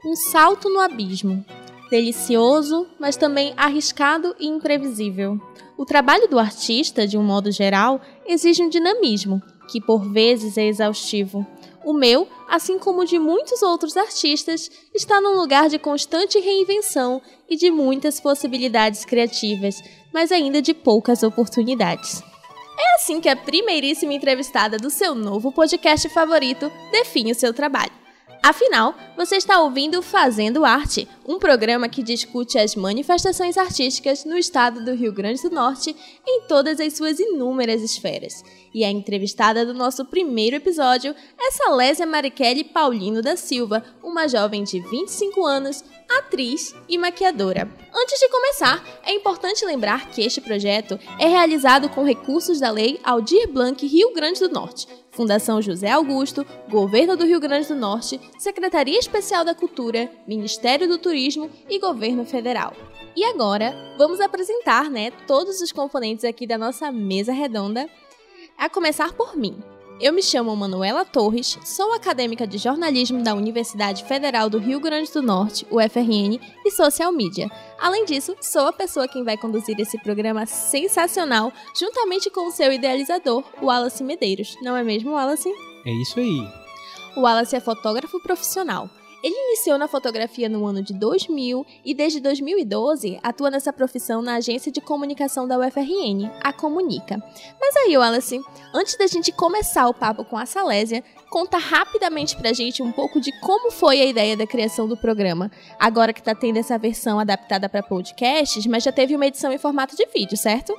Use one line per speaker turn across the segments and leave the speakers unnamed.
Um salto no abismo. Delicioso, mas também arriscado e imprevisível. O trabalho do artista, de um modo geral, exige um dinamismo, que por vezes é exaustivo. O meu, assim como o de muitos outros artistas, está num lugar de constante reinvenção e de muitas possibilidades criativas, mas ainda de poucas oportunidades. É assim que a primeiríssima entrevistada do seu novo podcast favorito define o seu trabalho. Afinal, você está ouvindo Fazendo Arte, um programa que discute as manifestações artísticas no estado do Rio Grande do Norte em todas as suas inúmeras esferas. E a entrevistada do nosso primeiro episódio é Salésia Marichele Paulino da Silva, uma jovem de 25 anos, atriz e maquiadora. Antes de começar, é importante lembrar que este projeto é realizado com recursos da Lei Aldir Blanc Rio Grande do Norte, Fundação José Augusto, Governo do Rio Grande do Norte, Secretaria Especial da Cultura, Ministério do Turismo e Governo Federal. E agora, vamos apresentar, todos os componentes aqui da nossa mesa redonda, a começar por mim. Eu me chamo Manuela Torres, sou acadêmica de jornalismo da Universidade Federal do Rio Grande do Norte, UFRN, e social media. Além disso, sou a pessoa quem vai conduzir esse programa sensacional, juntamente com o seu idealizador, o Wallace Medeiros. Não é mesmo, Wallace?
É isso aí.
O Wallace é fotógrafo profissional. Ele iniciou na fotografia no ano de 2000 e desde 2012 atua nessa profissão na agência de comunicação da UFRN, a Comunica. Mas aí, Wallace, antes da gente começar o papo com a Salésia, conta rapidamente pra gente um pouco de como foi a ideia da criação do programa. Agora que tá tendo essa versão adaptada para podcasts, mas já teve uma edição em formato de vídeo, certo?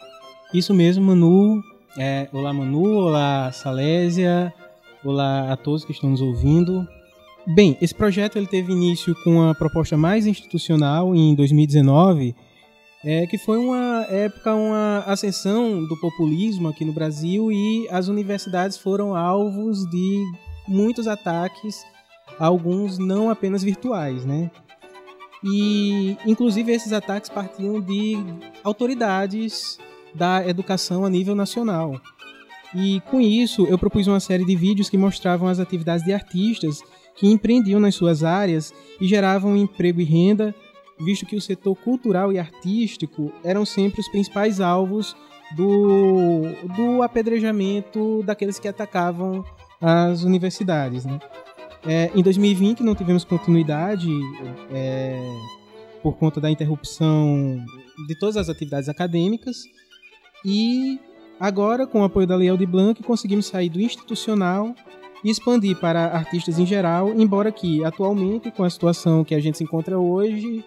Isso mesmo, Manu. Olá, Manu. Olá, Salésia. Olá a todos que estão nos ouvindo. Bem, esse projeto ele teve início com uma proposta mais institucional em 2019, que foi uma ascensão do populismo aqui no Brasil e as universidades foram alvos de muitos ataques, alguns não apenas virtuais, né? E, inclusive, esses ataques partiam de autoridades da educação a nível nacional. E, com isso, eu propus uma série de vídeos que mostravam as atividades de artistas que empreendiam nas suas áreas e geravam emprego e renda, visto que o setor cultural e artístico eram sempre os principais alvos do apedrejamento daqueles que atacavam as universidades, né? Em 2020 não tivemos continuidade por conta da interrupção de todas as atividades acadêmicas e agora, com o apoio da Lei Aldir Blanc, conseguimos sair do institucional e expandir para artistas em geral, embora que, atualmente, com a situação que a gente se encontra hoje,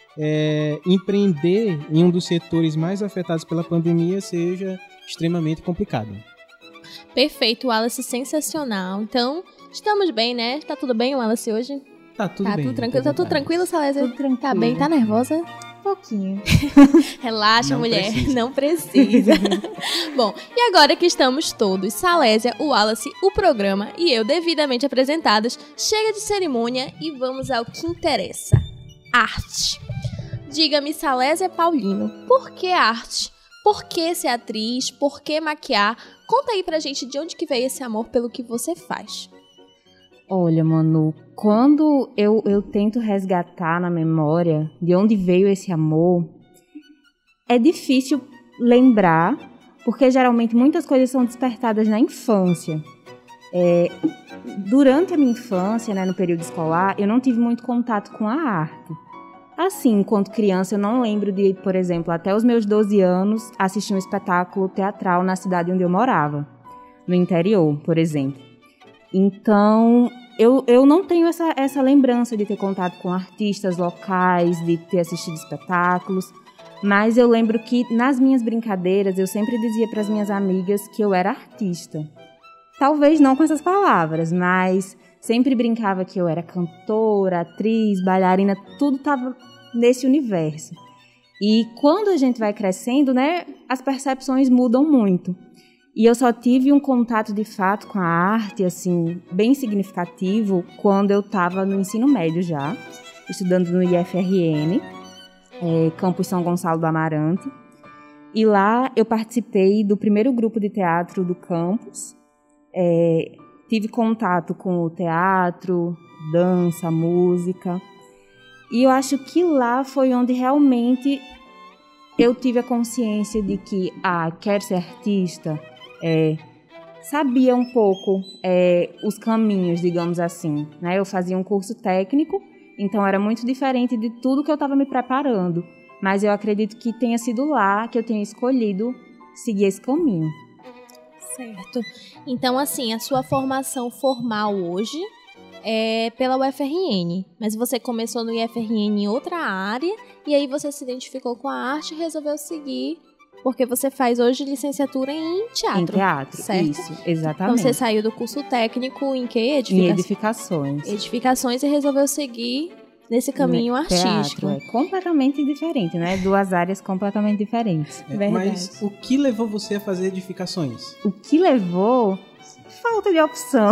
empreender em um dos setores mais afetados pela pandemia seja extremamente complicado.
Perfeito, Wallace, sensacional. Então, estamos bem, né? Tá tudo bem, Wallace, hoje?
Tá tudo bem.
Tudo tranquilo. Tá tudo tranquilo, Salésia?
Tudo tranquilo.
Tá bem? Tá nervosa?
Pouquinho.
Relaxa,
Não
mulher,
precisa.
não precisa. Bom, e agora que estamos todos, Salésia, o Wallace, o programa e eu devidamente apresentados, chega de cerimônia e vamos ao que interessa: arte. Diga-me, Salésia Paulino, por que arte? Por que ser atriz? Por que maquiar? Conta aí pra gente de onde que veio esse amor pelo que você faz.
Olha, Manu, quando eu tento resgatar na memória de onde veio esse amor, é difícil lembrar, porque geralmente muitas coisas são despertadas na infância. Durante a minha infância, no período escolar, eu não tive muito contato com a arte. Assim, enquanto criança, eu não lembro de, por exemplo, até os meus 12 anos, assistir um espetáculo teatral na cidade onde eu morava, no interior, por exemplo. Então, eu não tenho essa lembrança de ter contato com artistas locais, de ter assistido espetáculos, mas eu lembro que nas minhas brincadeiras eu sempre dizia para as minhas amigas que eu era artista. Talvez não com essas palavras, mas sempre brincava que eu era cantora, atriz, bailarina, tudo estava nesse universo. E quando a gente vai crescendo, as percepções mudam muito. E eu só tive um contato de fato com a arte, assim, bem significativo, quando eu estava no ensino médio já, estudando no IFRN, Campus São Gonçalo do Amarante. E lá eu participei do primeiro grupo de teatro do campus. tive contato com o teatro, dança, música. E eu acho que lá foi onde realmente eu tive a consciência de que, quero ser artista, sabia um pouco os caminhos, digamos assim, né? Eu fazia um curso técnico, então era muito diferente de tudo que eu estava me preparando. Mas eu acredito que tenha sido lá que eu tenha escolhido seguir esse caminho.
Certo. Então, assim, a sua formação formal hoje é pela UFRN, mas você começou no UFRN em outra área, e aí você se identificou com a arte e resolveu seguir, porque você faz hoje licenciatura em teatro.
Em teatro,
certo?
Isso, exatamente.
Então você saiu do curso técnico em quê?
Em edificações.
Edificações, e resolveu seguir nesse caminho artístico.
Teatro, completamente diferente, né? Duas áreas completamente diferentes.
Mas o que levou você a fazer edificações?
O que levou? Falta de opção.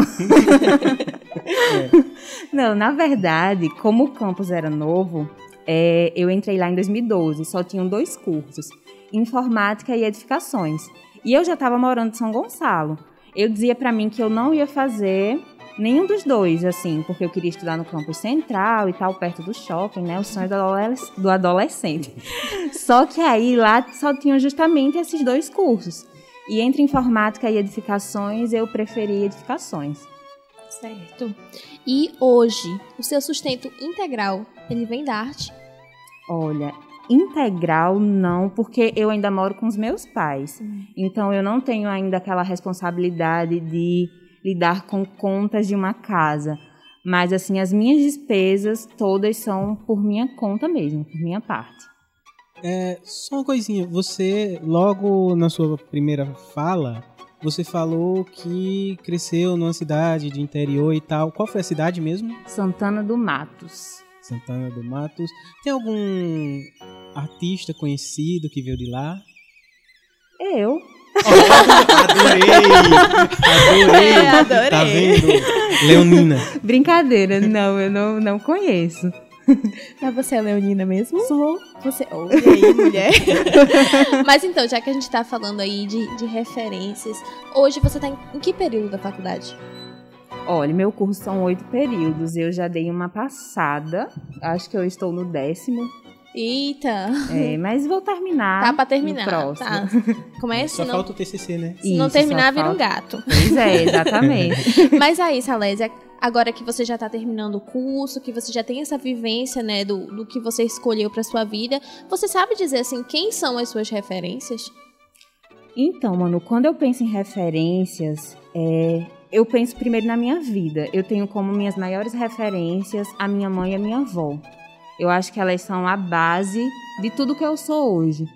Não, na verdade, como o campus era novo, eu entrei lá em 2012, só tinham 2 cursos, informática e edificações. E eu já estava morando em São Gonçalo. Eu dizia para mim que eu não ia fazer nenhum dos 2, assim, porque eu queria estudar no campus central e tal, perto do shopping, né? O sonho do adolescente. Só que aí lá só tinham justamente esses 2 cursos. E entre informática e edificações, eu preferi edificações.
Certo. E hoje, o seu sustento integral, ele vem da arte?
Olha, integral não, porque eu ainda moro com os meus pais. Então, eu não tenho ainda aquela responsabilidade de lidar com contas de uma casa. Mas, assim, as minhas despesas todas são por minha conta mesmo, por minha parte.
Só uma coisinha, você, logo na sua primeira fala, você falou que cresceu numa cidade de interior e tal. Qual foi a cidade mesmo?
Santana do Matos.
Santana do Matos. Tem algum artista conhecido que veio de lá?
Eu.
Adorei! Tá vendo? Leonina.
Brincadeira, não, eu não conheço.
Mas você é leonina mesmo?
Sou.
Você... Olha aí, mulher. Mas então, já que a gente tá falando aí de referências, hoje você tá em que período da faculdade?
Olha, meu curso são 8 períodos, eu já dei uma passada, acho que eu estou no 10º.
Eita!
Mas vou terminar.
Tá pra terminar.
No próximo.
Tá. Como é?
Só falta o TCC, né?
Se não terminar, vira um gato.
Pois é, exatamente.
Mas aí, Salésia, agora que você já tá terminando o curso, que você já tem essa vivência, né, do que você escolheu pra sua vida, você sabe dizer, assim, quem são as suas referências?
Então, Manu, quando eu penso em referências, eu penso primeiro na minha vida. Eu tenho como minhas maiores referências a minha mãe e a minha avó. Eu acho que elas são a base de tudo que eu sou hoje.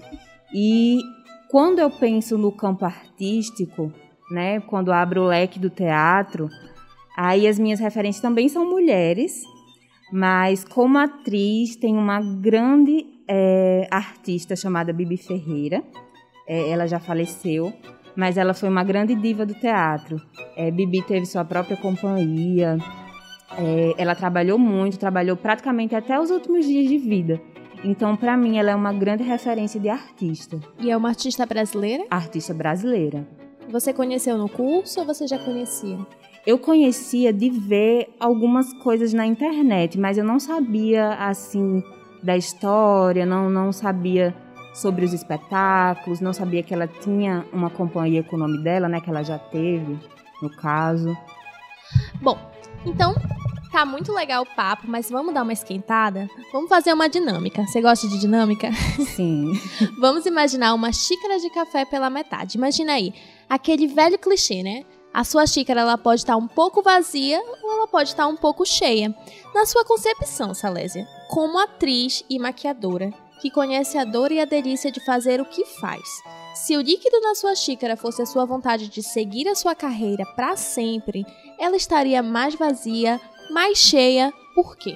E quando eu penso no campo artístico, né, quando abro o leque do teatro, aí as minhas referências também são mulheres, mas como atriz tem uma grande artista chamada Bibi Ferreira. Ela já faleceu, mas ela foi uma grande diva do teatro. Bibi teve sua própria companhia. Ela trabalhou muito, trabalhou praticamente até os últimos dias de vida. Então, para mim, ela é uma grande referência de artista.
E é uma artista brasileira?
Artista brasileira.
Você conheceu no curso ou você já conhecia?
Eu conhecia de ver algumas coisas na internet, mas eu não sabia, assim, da história, não sabia sobre os espetáculos, não sabia que ela tinha uma companhia com o nome dela, né, que ela já teve, no caso.
Bom, então, tá muito legal o papo, mas vamos dar uma esquentada? Vamos fazer uma dinâmica. Você gosta de dinâmica?
Sim.
Vamos imaginar uma xícara de café pela metade. Imagina aí, aquele velho clichê, né? A sua xícara ela pode estar um pouco vazia ou ela pode estar um pouco cheia. Na sua concepção, Salésia, como atriz e maquiadora, que conhece a dor e a delícia de fazer o que faz, se o líquido na sua xícara fosse a sua vontade de seguir a sua carreira para sempre, ela estaria mais vazia, mais cheia, por quê?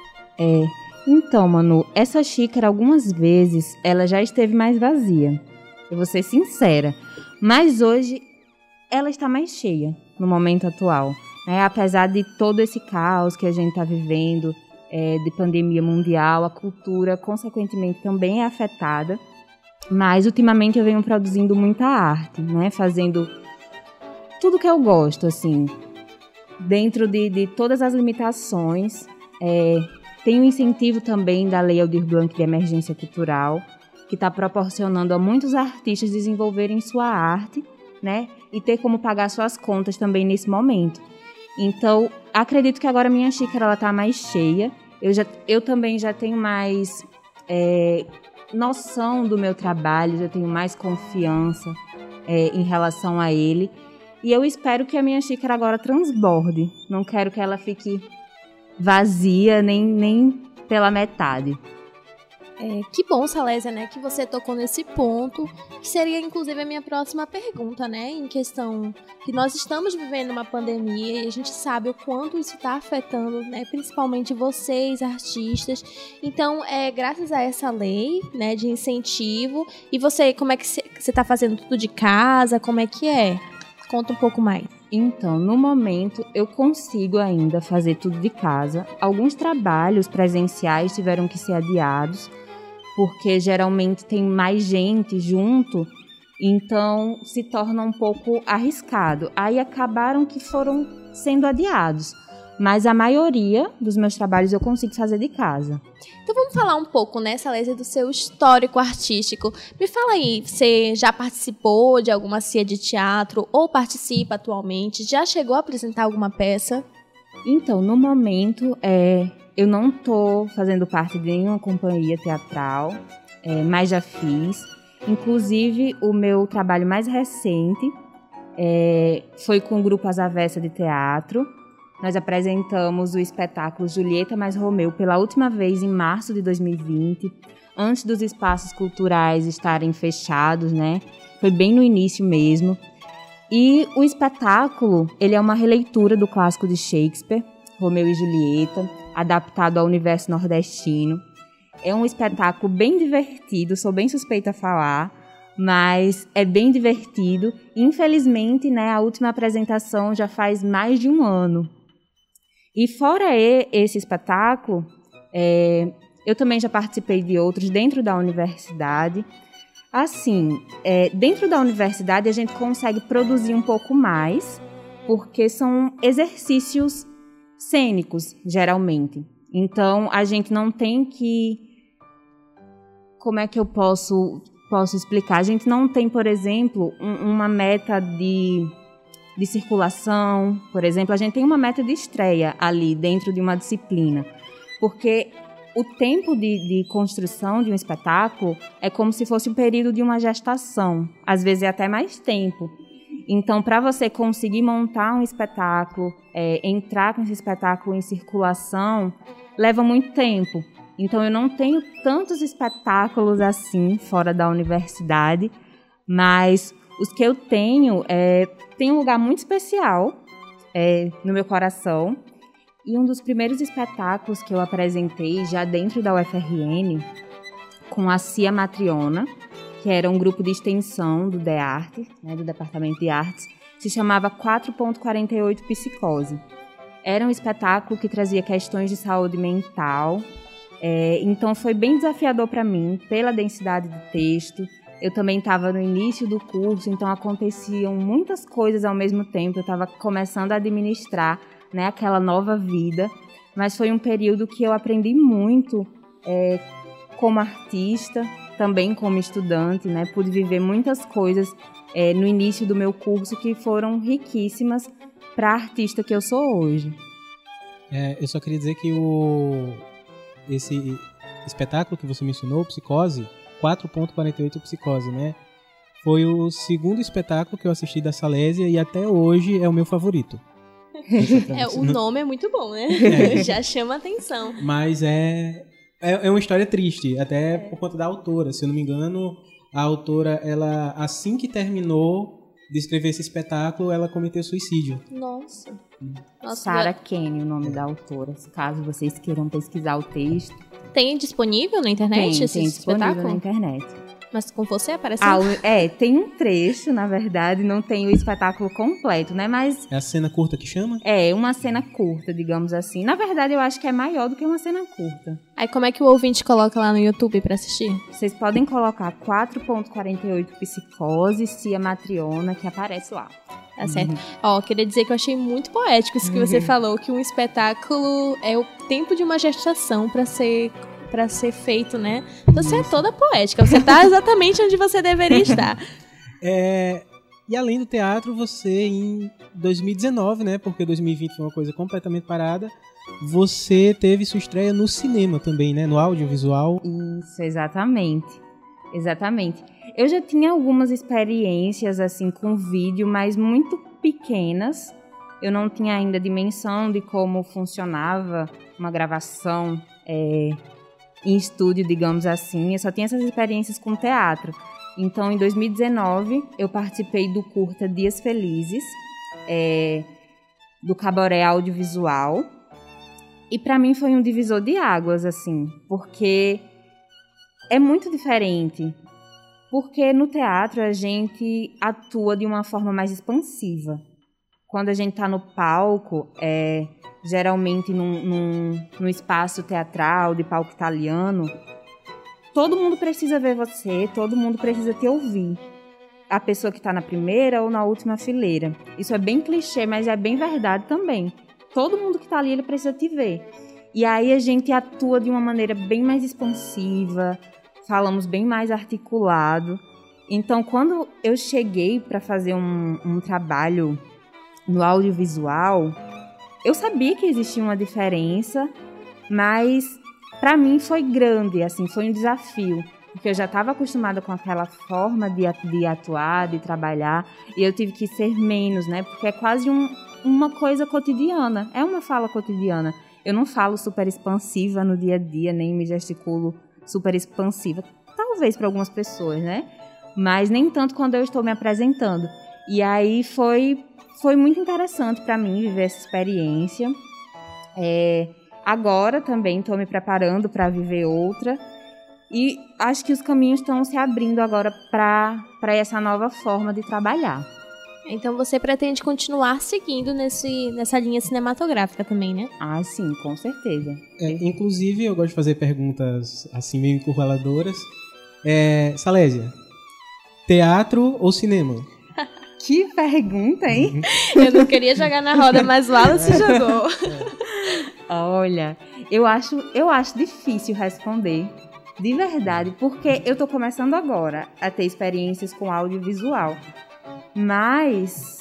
Então, Manu, essa xícara algumas vezes ela já esteve mais vazia. Eu vou ser sincera, mas hoje ela está mais cheia no momento atual. Apesar de todo esse caos que a gente está vivendo, de pandemia mundial, a cultura, consequentemente, também é afetada. Mas, ultimamente, eu venho produzindo muita arte, né? Fazendo tudo que eu gosto, assim, dentro de todas as limitações. Tem um incentivo também da Lei Aldir Blanc de Emergência Cultural, que está proporcionando a muitos artistas desenvolverem sua arte, né? E ter como pagar suas contas também nesse momento. Então, acredito que agora minha xícara está mais cheia. Eu também já tenho mais noção do meu trabalho, já tenho mais confiança em relação a ele. E eu espero que a minha xícara agora transborde. Não quero que ela fique vazia nem pela metade.
Que bom, Salésia, né, que você tocou nesse ponto, que seria inclusive a minha próxima pergunta, né, em questão que nós estamos vivendo uma pandemia e a gente sabe o quanto isso está afetando, né, principalmente vocês, artistas. Então, graças a essa lei, né, de incentivo, e você, como é que você está fazendo tudo de casa, como é que é? Conta um pouco mais.
Então, no momento, eu consigo ainda fazer tudo de casa. Alguns trabalhos presenciais tiveram que ser adiados, porque geralmente tem mais gente junto, então se torna um pouco arriscado. Aí acabaram que foram sendo adiados, mas a maioria dos meus trabalhos eu consigo fazer de casa.
Então vamos falar um pouco, né, Salésia, do seu histórico artístico. Me fala aí, você já participou de alguma cia de teatro ou participa atualmente? Já chegou a apresentar alguma peça?
Então, no momento, eu não estou fazendo parte de nenhuma companhia teatral, mas já fiz. Inclusive, o meu trabalho mais recente foi com o grupo As Avessas de Teatro. Nós apresentamos o espetáculo Julieta mais Romeu pela última vez em março de 2020, antes dos espaços culturais estarem fechados, né? Foi bem no início mesmo. E o espetáculo, ele é uma releitura do clássico de Shakespeare, Romeu e Julieta, adaptado ao universo nordestino. É um espetáculo bem divertido, sou bem suspeita a falar, mas é bem divertido. Infelizmente, né, a última apresentação já faz mais de um ano. E fora esse espetáculo, eu também já participei de outros dentro da universidade. Assim, dentro da universidade a gente consegue produzir um pouco mais, porque são exercícios cênicos, geralmente. Então, a gente não tem que... Como é que eu posso explicar? A gente não tem, por exemplo, uma meta de circulação, por exemplo. A gente tem uma meta de estreia ali dentro de uma disciplina, porque o tempo de construção de um espetáculo é como se fosse o período de uma gestação, às vezes é até mais tempo. Então, para você conseguir montar um espetáculo, entrar com esse espetáculo em circulação, leva muito tempo. Então, eu não tenho tantos espetáculos assim fora da universidade, mas os que eu tenho tem um lugar muito especial no meu coração. E um dos primeiros espetáculos que eu apresentei já dentro da UFRN, com a Cia Matriona, que era um grupo de extensão do DEARTE, né, do Departamento de Artes, se chamava 4.48 Psicose. Era um espetáculo que trazia questões de saúde mental, então foi bem desafiador para mim, pela densidade do texto. Eu também estava no início do curso, então aconteciam muitas coisas ao mesmo tempo, eu estava começando a administrar, né, aquela nova vida, mas foi um período que eu aprendi muito como artista, também como estudante, né, pude viver muitas coisas no início do meu curso que foram riquíssimas para a artista que eu sou hoje.
Eu só queria dizer que esse espetáculo que você mencionou, Psicose, 4.48 Psicose, né, foi o segundo espetáculo que eu assisti da Salésia e até hoje é o meu favorito.
O nome é muito bom, né? Já chama atenção.
Mas é uma história triste, até por conta da autora. Se eu não me engano, a autora, ela, assim que terminou de escrever esse espetáculo, ela cometeu suicídio.
Nossa.
Sarah Kenny, o nome da autora. Caso vocês queiram pesquisar o texto.
Tem disponível na internet esse
disponível
espetáculo?
Na internet.
Mas com você aparece?
Tem um trecho, na verdade, não tem o espetáculo completo, né? Mas
é a cena curta que chama?
Uma cena curta, digamos assim. Na verdade, eu acho que é maior do que uma cena curta.
Aí como é que o ouvinte coloca lá no YouTube pra assistir?
Vocês podem colocar 4.48 Psicose, Cia Matriona, que aparece lá.
Tá certo. Ó, queria dizer que eu achei muito poético isso que você falou, que um espetáculo é o tempo de uma gestação para ser feito, né? Você é toda poética, você tá exatamente onde você deveria estar.
E além do teatro, você em 2019, né? Porque 2020 foi uma coisa completamente parada. Você teve sua estreia no cinema também, né? No audiovisual.
Isso, exatamente. Exatamente. Eu já tinha algumas experiências assim com vídeo, mas muito pequenas. Eu não tinha ainda dimensão de como funcionava uma gravação em estúdio, digamos assim. Eu só tinha essas experiências com teatro. Então, em 2019, eu participei do curta Dias Felizes, do Cabaré Audiovisual. E para mim foi um divisor de águas, assim, porque é muito diferente. Porque no teatro a gente atua de uma forma mais expansiva. Quando a gente está no palco, geralmente num espaço teatral, de palco italiano, todo mundo precisa ver você, todo mundo precisa te ouvir. A pessoa que está na primeira ou na última fileira. Isso é bem clichê, mas é bem verdade também. Todo mundo que está ali, ele precisa te ver. E aí a gente atua de uma maneira bem mais expansiva, falamos bem mais articulado. Então, quando eu cheguei para fazer um trabalho no audiovisual, eu sabia que existia uma diferença, mas para mim foi grande, assim, foi um desafio. Porque eu já estava acostumada com aquela forma de atuar, de trabalhar, e eu tive que ser menos, né? Porque é quase uma coisa cotidiana, é uma fala cotidiana. Eu não falo super expansiva no dia a dia, nem me gesticulo super expansiva. Talvez para algumas pessoas, né? Mas nem tanto quando eu estou me apresentando. E aí foi muito interessante para mim viver essa experiência. Agora também estou me preparando para viver outra. E acho que os caminhos estão se abrindo agora para essa nova forma de trabalhar.
Então você pretende continuar seguindo nessa linha cinematográfica também, né?
Ah, sim, com certeza.
Inclusive, eu gosto de fazer perguntas assim meio encurraladoras. Salésia, teatro ou cinema?
Que pergunta, hein?
Eu não queria jogar na roda, mas o Wallace jogou.
Olha, eu acho difícil responder, de verdade, porque eu tô começando agora a ter experiências com audiovisual. Mas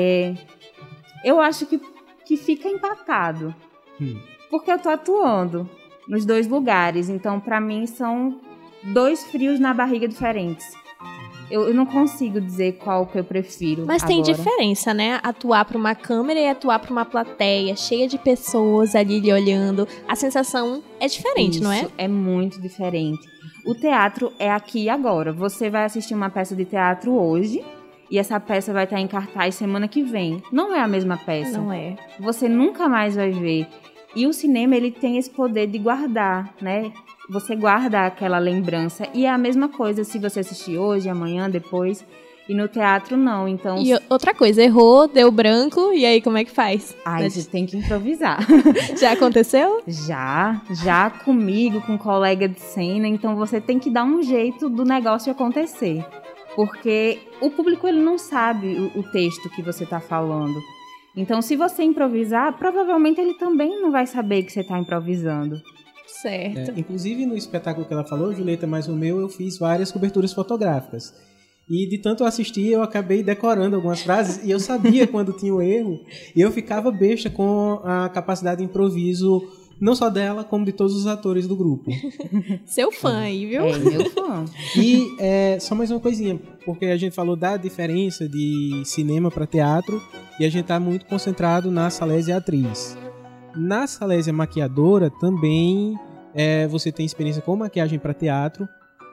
eu acho que fica empatado. Porque eu tô atuando nos dois lugares. Então, pra mim, são dois frios na barriga diferentes. Eu não consigo dizer qual que eu prefiro.
Mas
agora.
Tem diferença, né? Atuar pra uma câmera e atuar pra uma plateia cheia de pessoas ali lhe olhando. A sensação é diferente, não é?
Isso é muito diferente. O teatro é aqui e agora. Você vai assistir uma peça de teatro hoje e essa peça vai estar em cartaz semana que vem. Não é a mesma peça.
Não é.
Você nunca mais vai ver. E o cinema, ele tem esse poder de guardar, né? Você guarda aquela lembrança. E é a mesma coisa se você assistir hoje, amanhã, depois. E no teatro, não. Então,
e outra coisa, errou, deu branco, e aí como é que faz?
Aí você tem que improvisar.
Já aconteceu?
Já comigo, com um colega de cena. Então, você tem que dar um jeito do negócio acontecer. Porque o público, ele não sabe o texto que você está falando. Então, se você improvisar, provavelmente ele também não vai saber que você está improvisando.
Certo.
Inclusive, no espetáculo que ela falou, Julieta Mais o Meu, eu fiz várias coberturas fotográficas. E de tanto assistir, eu acabei decorando algumas frases e eu sabia quando tinha o erro. E eu ficava besta com a capacidade de improviso, não só dela, como de todos os atores do grupo.
Seu fã aí, viu?
Meu fã.
E só mais uma coisinha, porque a gente falou da diferença de cinema para teatro e a gente está muito concentrado na Salésia atriz. Na Salésia maquiadora também você tem experiência com maquiagem para teatro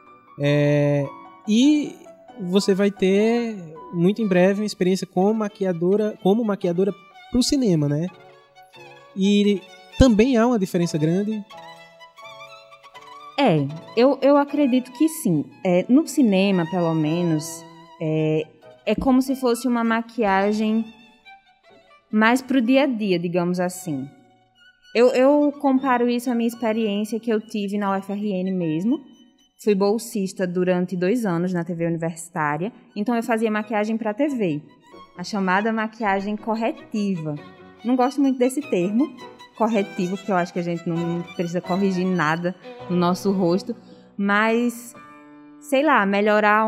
e você vai ter muito em breve uma experiência como maquiadora para o cinema, né? E também há uma diferença grande?
Eu acredito que sim. No cinema, pelo menos, é como se fosse uma maquiagem mais pro dia a dia, digamos assim. Eu comparo isso à minha experiência que eu tive na UFRN mesmo. Fui bolsista durante 2 anos na TV universitária, então eu fazia maquiagem para TV. a chamada maquiagem corretiva. Não gosto muito desse termo, corretivo, porque eu acho que a gente não precisa corrigir nada no nosso rosto, mas, sei lá, melhorar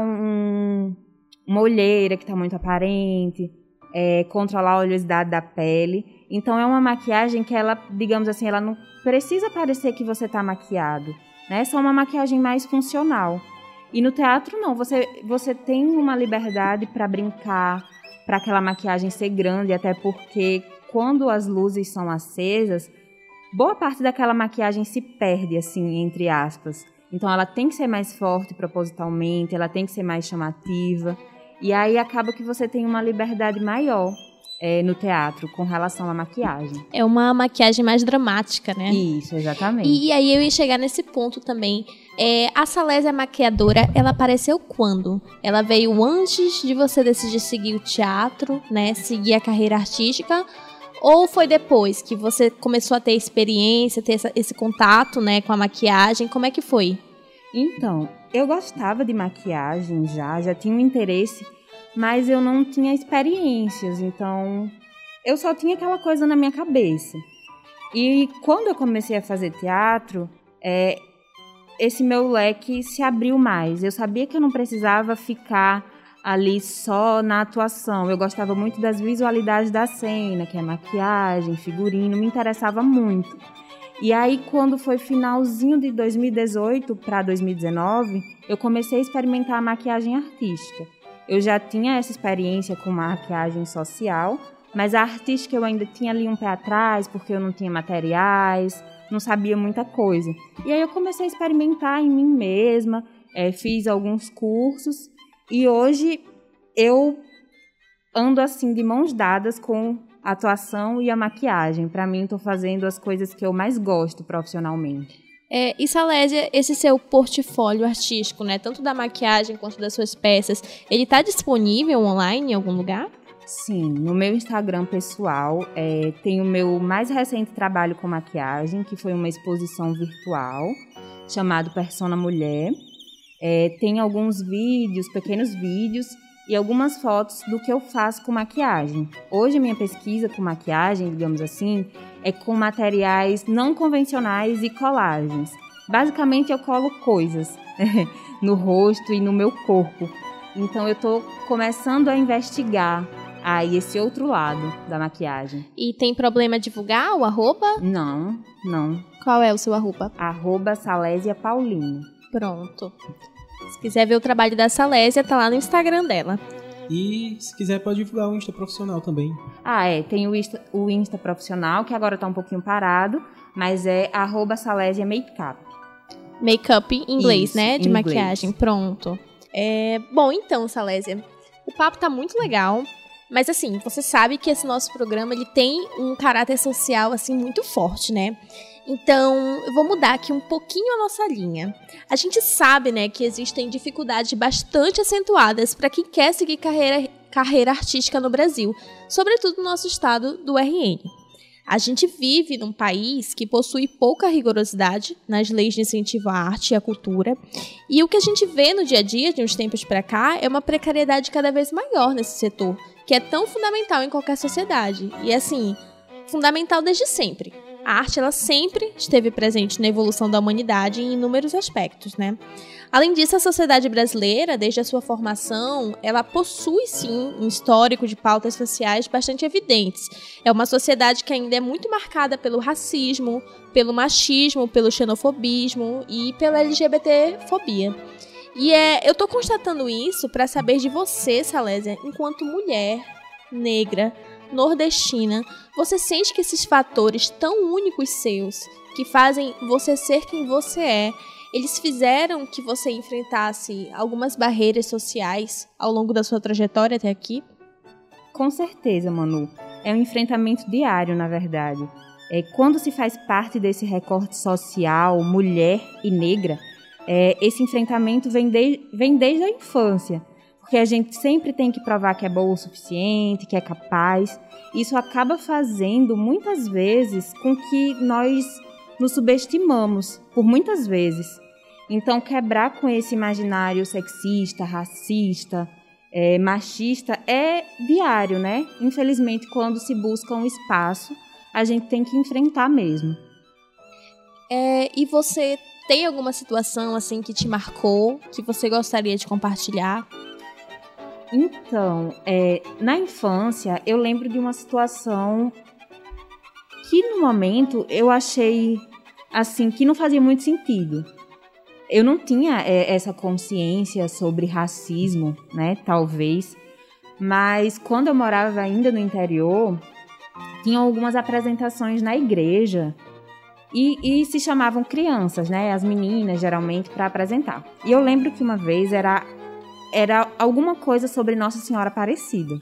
uma olheira que está muito aparente, controlar a oleosidade da pele. Então é uma maquiagem que ela, digamos assim, ela não precisa parecer que você está maquiado, né? É só uma maquiagem mais funcional. E no teatro não, você tem uma liberdade para brincar, para aquela maquiagem ser grande, até porque quando as luzes são acesas, boa parte daquela maquiagem se perde, assim, entre aspas. Então ela tem que ser mais forte propositalmente, ela tem que ser mais chamativa. E aí acaba que você tem uma liberdade maior no teatro com relação à maquiagem.
É uma maquiagem mais dramática, né?
Isso, exatamente.
E aí eu ia chegar nesse ponto também. A Salésia maquiadora, ela apareceu quando? Ela veio antes de você decidir seguir o teatro, né? Seguir a carreira artística? Ou foi depois que você começou a ter experiência, ter esse contato, né, com a maquiagem? Como é que foi?
Então, eu gostava de maquiagem já tinha um interesse, mas eu não tinha experiências, então eu só tinha aquela coisa na minha cabeça. E quando eu comecei a fazer teatro, esse meu leque se abriu mais. Eu sabia que eu não precisava ficar ali só na atuação. Eu gostava muito das visualidades da cena, que é maquiagem, figurino, me interessava muito. E aí, quando foi finalzinho de 2018 para 2019, eu comecei a experimentar a maquiagem artística. Eu já tinha essa experiência com maquiagem social, mas a artística eu ainda tinha ali um pé atrás, porque eu não tinha materiais, não sabia muita coisa. E aí eu comecei a experimentar em mim mesma, fiz alguns cursos, e hoje eu ando assim de mãos dadas com a atuação e a maquiagem. Para mim, estou fazendo as coisas que eu mais gosto profissionalmente.
E Salésia, esse seu portfólio artístico, né, tanto da maquiagem quanto das suas peças, ele está disponível online em algum lugar?
Sim, no meu Instagram pessoal tem o meu mais recente trabalho com maquiagem, que foi uma exposição virtual chamado Persona Mulher. Tem alguns vídeos, pequenos vídeos e algumas fotos do que eu faço com maquiagem. Hoje a minha pesquisa com maquiagem, digamos assim, é com materiais não convencionais e colagens. Basicamente eu colo coisas no rosto e no meu corpo. Então eu estou começando a investigar aí esse outro lado da maquiagem.
E tem problema divulgar o arroba?
Não.
Qual é o seu arroba?
@Salésia Paulino.
Pronto. Se quiser ver o trabalho da Salésia, tá lá no Instagram dela.
E se quiser pode divulgar o Insta profissional também.
Tem o Insta profissional, que agora tá um pouquinho parado, mas é @Salésia Makeup.
Makeup em inglês,
Isso,
né? De
em
maquiagem,
inglês.
Pronto. Bom, então, Salésia, o papo tá muito legal, mas assim, você sabe que esse nosso programa, ele tem um caráter social, assim, muito forte, né? Então, eu vou mudar aqui um pouquinho a nossa linha. A gente sabe, né, que existem dificuldades bastante acentuadas para quem quer seguir carreira artística no Brasil, sobretudo no nosso estado do RN. A gente vive num país que possui pouca rigorosidade nas leis de incentivo à arte e à cultura, e o que a gente vê no dia a dia, de uns tempos para cá, é uma precariedade cada vez maior nesse setor, que é tão fundamental em qualquer sociedade, e assim, fundamental desde sempre. A arte, ela sempre esteve presente na evolução da humanidade em inúmeros aspectos, né? Além disso, a sociedade brasileira, desde a sua formação, ela possui, sim, um histórico de pautas sociais bastante evidentes. É uma sociedade que ainda é muito marcada pelo racismo, pelo machismo, pelo xenofobismo e pela LGBTfobia. E eu tô constatando isso para saber de você, Salésia, enquanto mulher negra, nordestina, você sente que esses fatores tão únicos seus, que fazem você ser quem você eles fizeram que você enfrentasse algumas barreiras sociais ao longo da sua trajetória até aqui?
Com certeza, Manu. É um enfrentamento diário, na verdade. Quando se faz parte desse recorte social, mulher e negra, esse enfrentamento vem desde a infância. Porque a gente sempre tem que provar que é boa o suficiente, que é capaz. Isso acaba fazendo, muitas vezes, com que nós nos subestimamos, por muitas vezes. Então, quebrar com esse imaginário sexista, racista, machista é diário, né? Infelizmente, quando se busca um espaço, a gente tem que enfrentar mesmo.
E você tem alguma situação assim que te marcou, que você gostaria de compartilhar?
Então, na infância, eu lembro de uma situação que no momento eu achei assim que não fazia muito sentido. Eu não tinha essa consciência sobre racismo, né, talvez, mas quando eu morava ainda no interior, tinham algumas apresentações na igreja e se chamavam crianças, né, as meninas geralmente, para apresentar. E eu lembro que uma vez era alguma coisa sobre Nossa Senhora Aparecida.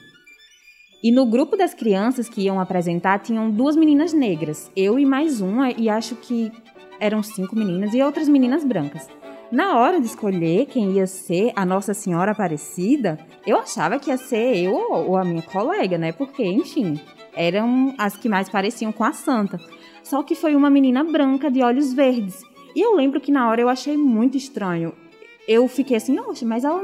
E no grupo das crianças que iam apresentar, tinham 2 meninas negras, eu e mais uma, e acho que eram 5 meninas e outras meninas brancas. Na hora de escolher quem ia ser a Nossa Senhora Aparecida, eu achava que ia ser eu ou a minha colega, né? Porque, enfim, eram as que mais pareciam com a santa. Só que foi uma menina branca de olhos verdes. E eu lembro que na hora eu achei muito estranho. Eu fiquei assim, oxe, mas ela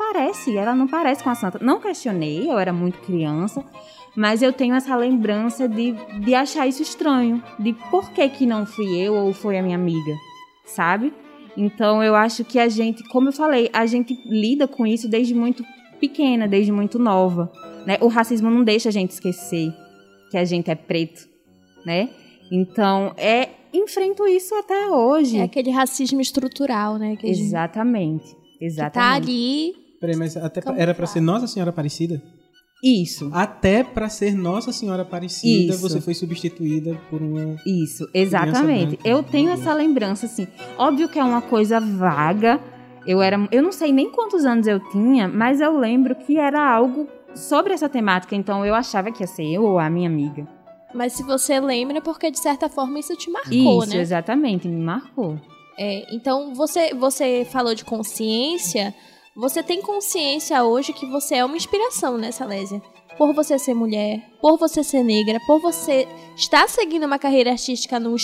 não parece com a santa. Não questionei, eu era muito criança, mas eu tenho essa lembrança de achar isso estranho, de por que não fui eu ou foi a minha amiga, sabe? Então eu acho que a gente, como eu falei, a gente lida com isso desde muito pequena, desde muito nova, né? O racismo não deixa a gente esquecer que a gente é preto, né? Então, enfrento isso até hoje.
É aquele racismo estrutural, né?
Exatamente.
Que tá ali.
Peraí, mas era pra ser Nossa Senhora Aparecida?
Isso.
Até pra ser Nossa Senhora Aparecida,
Isso.
você foi substituída por uma...
Isso, exatamente. Eu tenho essa lembrança, assim. Óbvio que é uma coisa vaga. Eu não sei nem quantos anos eu tinha, mas eu lembro que era algo sobre essa temática. Então, eu achava que ia ser eu ou a minha amiga.
Mas se você lembra, porque de certa forma isso te marcou,
isso,
né?
Exatamente, me marcou.
Então, você falou de consciência. Você tem consciência hoje que você é uma inspiração, né, Salésia? Por você ser mulher, por você ser negra, por você estar seguindo uma carreira artística no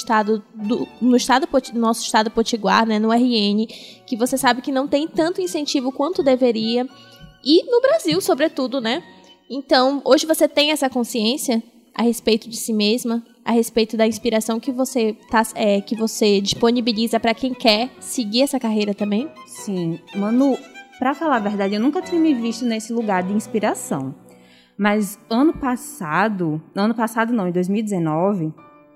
nosso estado potiguar, né, no RN, que você sabe que não tem tanto incentivo quanto deveria. E no Brasil, sobretudo, né? Então, hoje você tem essa consciência a respeito de si mesma, a respeito da inspiração que você disponibiliza para quem quer seguir essa carreira também?
Sim, Manu, pra falar a verdade, eu nunca tinha me visto nesse lugar de inspiração. Mas em 2019,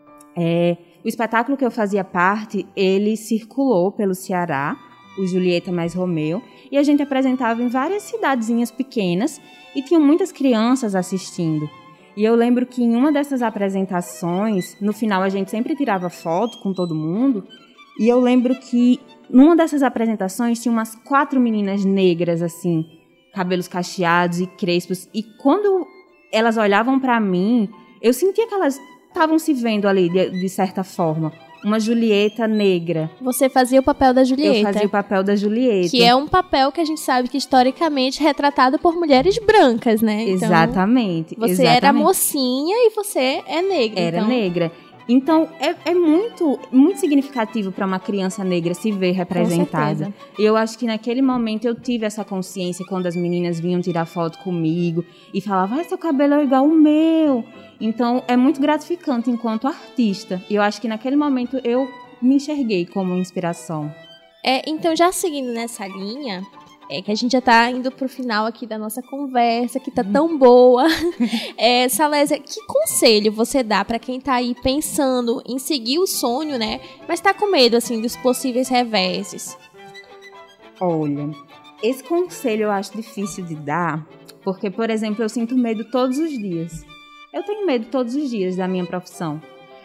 o espetáculo que eu fazia parte, ele circulou pelo Ceará, o Julieta mais Romeu, e a gente apresentava em várias cidadezinhas pequenas e tinham muitas crianças assistindo. E eu lembro que em uma dessas apresentações, no final a gente sempre tirava foto com todo mundo, e eu lembro que numa dessas apresentações tinha umas 4 meninas negras, assim, cabelos cacheados e crespos, e quando elas olhavam pra mim, eu sentia que elas estavam se vendo ali, de certa forma. Uma Julieta negra.
Você fazia o papel da Julieta.
Eu fazia o papel da Julieta.
Que é um papel que a gente sabe que historicamente é retratado por mulheres brancas, né? Então,
exatamente.
Você era mocinha e você é negra.
Era negra. Então, é muito, muito significativo para uma criança negra se ver representada. E eu acho que naquele momento eu tive essa consciência quando as meninas vinham tirar foto comigo e falavam, seu cabelo é igual ao meu. Então, é muito gratificante enquanto artista. E eu acho que naquele momento eu me enxerguei como inspiração.
Então, já seguindo nessa linha, que a gente já tá indo pro final aqui da nossa conversa, que tá tão boa. Salésia, que conselho você dá para quem tá aí pensando em seguir o sonho, né? Mas tá com medo, assim, dos possíveis reveses?
Olha, esse conselho eu acho difícil de dar, porque, por exemplo, eu sinto medo todos os dias. Eu tenho medo todos os dias da minha profissão.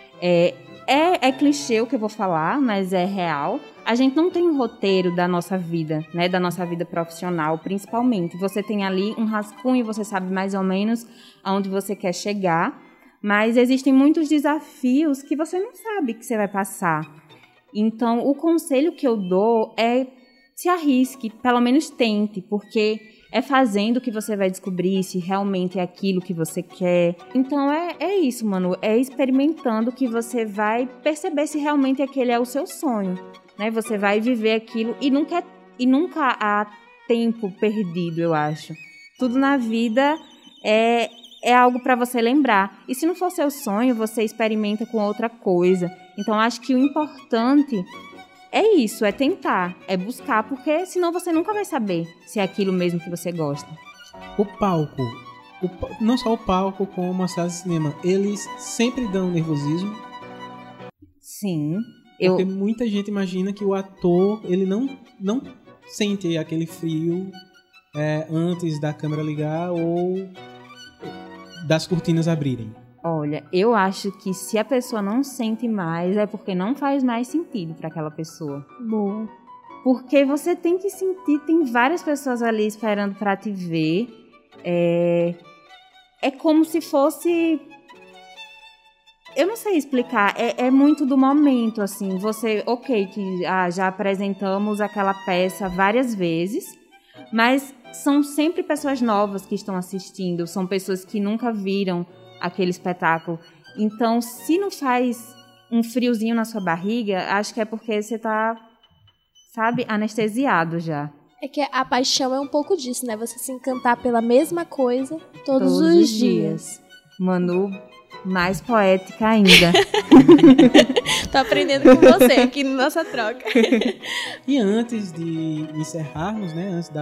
É clichê o que eu vou falar, mas é real. A gente não tem um roteiro da nossa vida, né? Da nossa vida profissional, principalmente. Você tem ali um rascunho, você sabe mais ou menos aonde você quer chegar, mas existem muitos desafios que você não sabe que você vai passar. Então, o conselho que eu dou é se arrisque, pelo menos tente, porque é fazendo que você vai descobrir se realmente é aquilo que você quer. Então é isso, Manu. É experimentando que você vai perceber se realmente aquele é o seu sonho, né? Você vai viver aquilo e nunca há tempo perdido, eu acho. Tudo na vida é algo para você lembrar. E se não for seu sonho, você experimenta com outra coisa. Então, acho que o importante é isso, é tentar, é buscar, porque senão você nunca vai saber se é aquilo mesmo que você gosta.
O palco, não só o palco, como as salas de cinema, eles sempre dão nervosismo.
Sim.
Porque muita gente imagina que o ator, ele não sente aquele frio antes da câmera ligar ou das cortinas abrirem.
Olha, eu acho que se a pessoa não sente mais, é porque não faz mais sentido para aquela pessoa.
Boa.
Porque você tem que sentir, tem várias pessoas ali esperando para te ver. É como se fosse... Eu não sei explicar, é muito do momento, assim. Você, que já apresentamos aquela peça várias vezes, mas são sempre pessoas novas que estão assistindo, são pessoas que nunca viram aquele espetáculo. Então, se não faz um friozinho na sua barriga, acho que é porque você tá, sabe, anestesiado já.
É que a paixão é um pouco disso, né? Você se encantar pela mesma coisa todos os dias.
Manu, mais poética ainda.
Tô aprendendo com você aqui na nossa troca.
E antes de encerrarmos, né, antes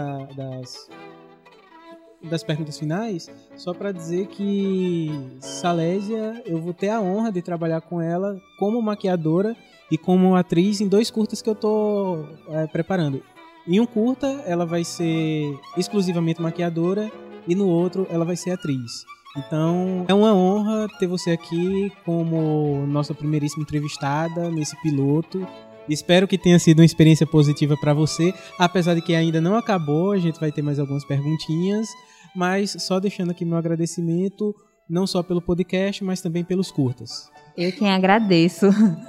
das perguntas finais, só para dizer que Salésia, eu vou ter a honra de trabalhar com ela como maquiadora e como atriz em 2 curtas que eu tô preparando. Em um curta, ela vai ser exclusivamente maquiadora e no outro, ela vai ser atriz. Então, é uma honra ter você aqui como nossa primeiríssima entrevistada nesse piloto. Espero que tenha sido uma experiência positiva para você, apesar de que ainda não acabou, a gente vai ter mais algumas perguntinhas, mas só deixando aqui meu agradecimento, não só pelo podcast, mas também pelos curtas.
Eu quem agradeço.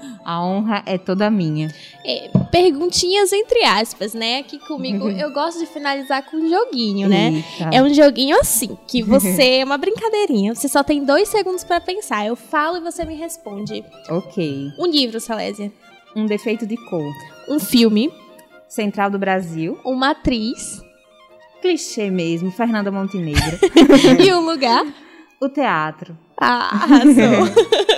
A honra é toda minha.
Perguntinhas entre aspas, né? Aqui comigo eu gosto de finalizar com um joguinho, né?
Eita.
É um joguinho assim, que você... é uma brincadeirinha. Você só tem 2 segundos para pensar. Eu falo e você me responde.
Ok.
Um livro, Salésia.
Um defeito de cor.
Um filme.
Central do Brasil.
Uma atriz.
Clichê mesmo, Fernanda Montenegro.
E um lugar.
O teatro.
Arrasou.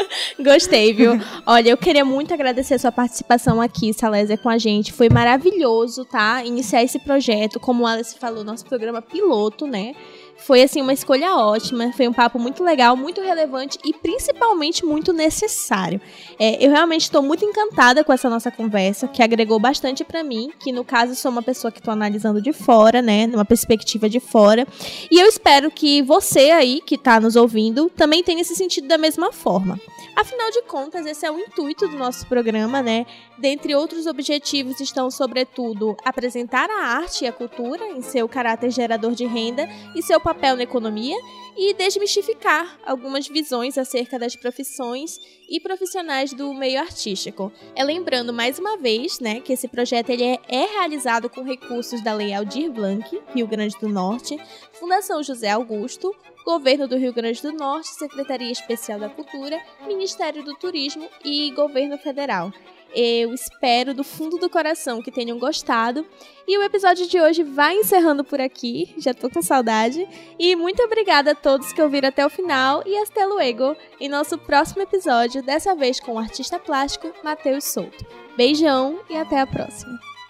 Gostei, viu? Olha, eu queria muito agradecer a sua participação aqui, Salésia, com a gente. Foi maravilhoso, tá? Iniciar esse projeto, como a Alice falou, nosso programa piloto, né? Foi, assim, uma escolha ótima. Foi um papo muito legal, muito relevante e, principalmente, muito necessário. Eu realmente estou muito encantada com essa nossa conversa, que agregou bastante pra mim, que, no caso, sou uma pessoa que estou analisando de fora, né? Numa perspectiva de fora. E eu espero que você aí, que está nos ouvindo, também tenha se sentido da mesma forma. Afinal de contas, esse é o intuito do nosso programa, né? Dentre outros objetivos estão, sobretudo, apresentar a arte e a cultura em seu caráter gerador de renda e seu papel na economia e desmistificar algumas visões acerca das profissões e profissionais do meio artístico. Lembrando mais uma vez, né, que esse projeto ele é realizado com recursos da Lei Aldir Blanc, Rio Grande do Norte, Fundação José Augusto, Governo do Rio Grande do Norte, Secretaria Especial da Cultura, Ministério do Turismo e Governo Federal. Eu espero do fundo do coração que tenham gostado. E o episódio de hoje vai encerrando por aqui. Já tô com saudade. E muito obrigada a todos que ouviram até o final. E hasta luego em nosso próximo episódio, dessa vez com o artista plástico Matheus Souto. Beijão e até a próxima.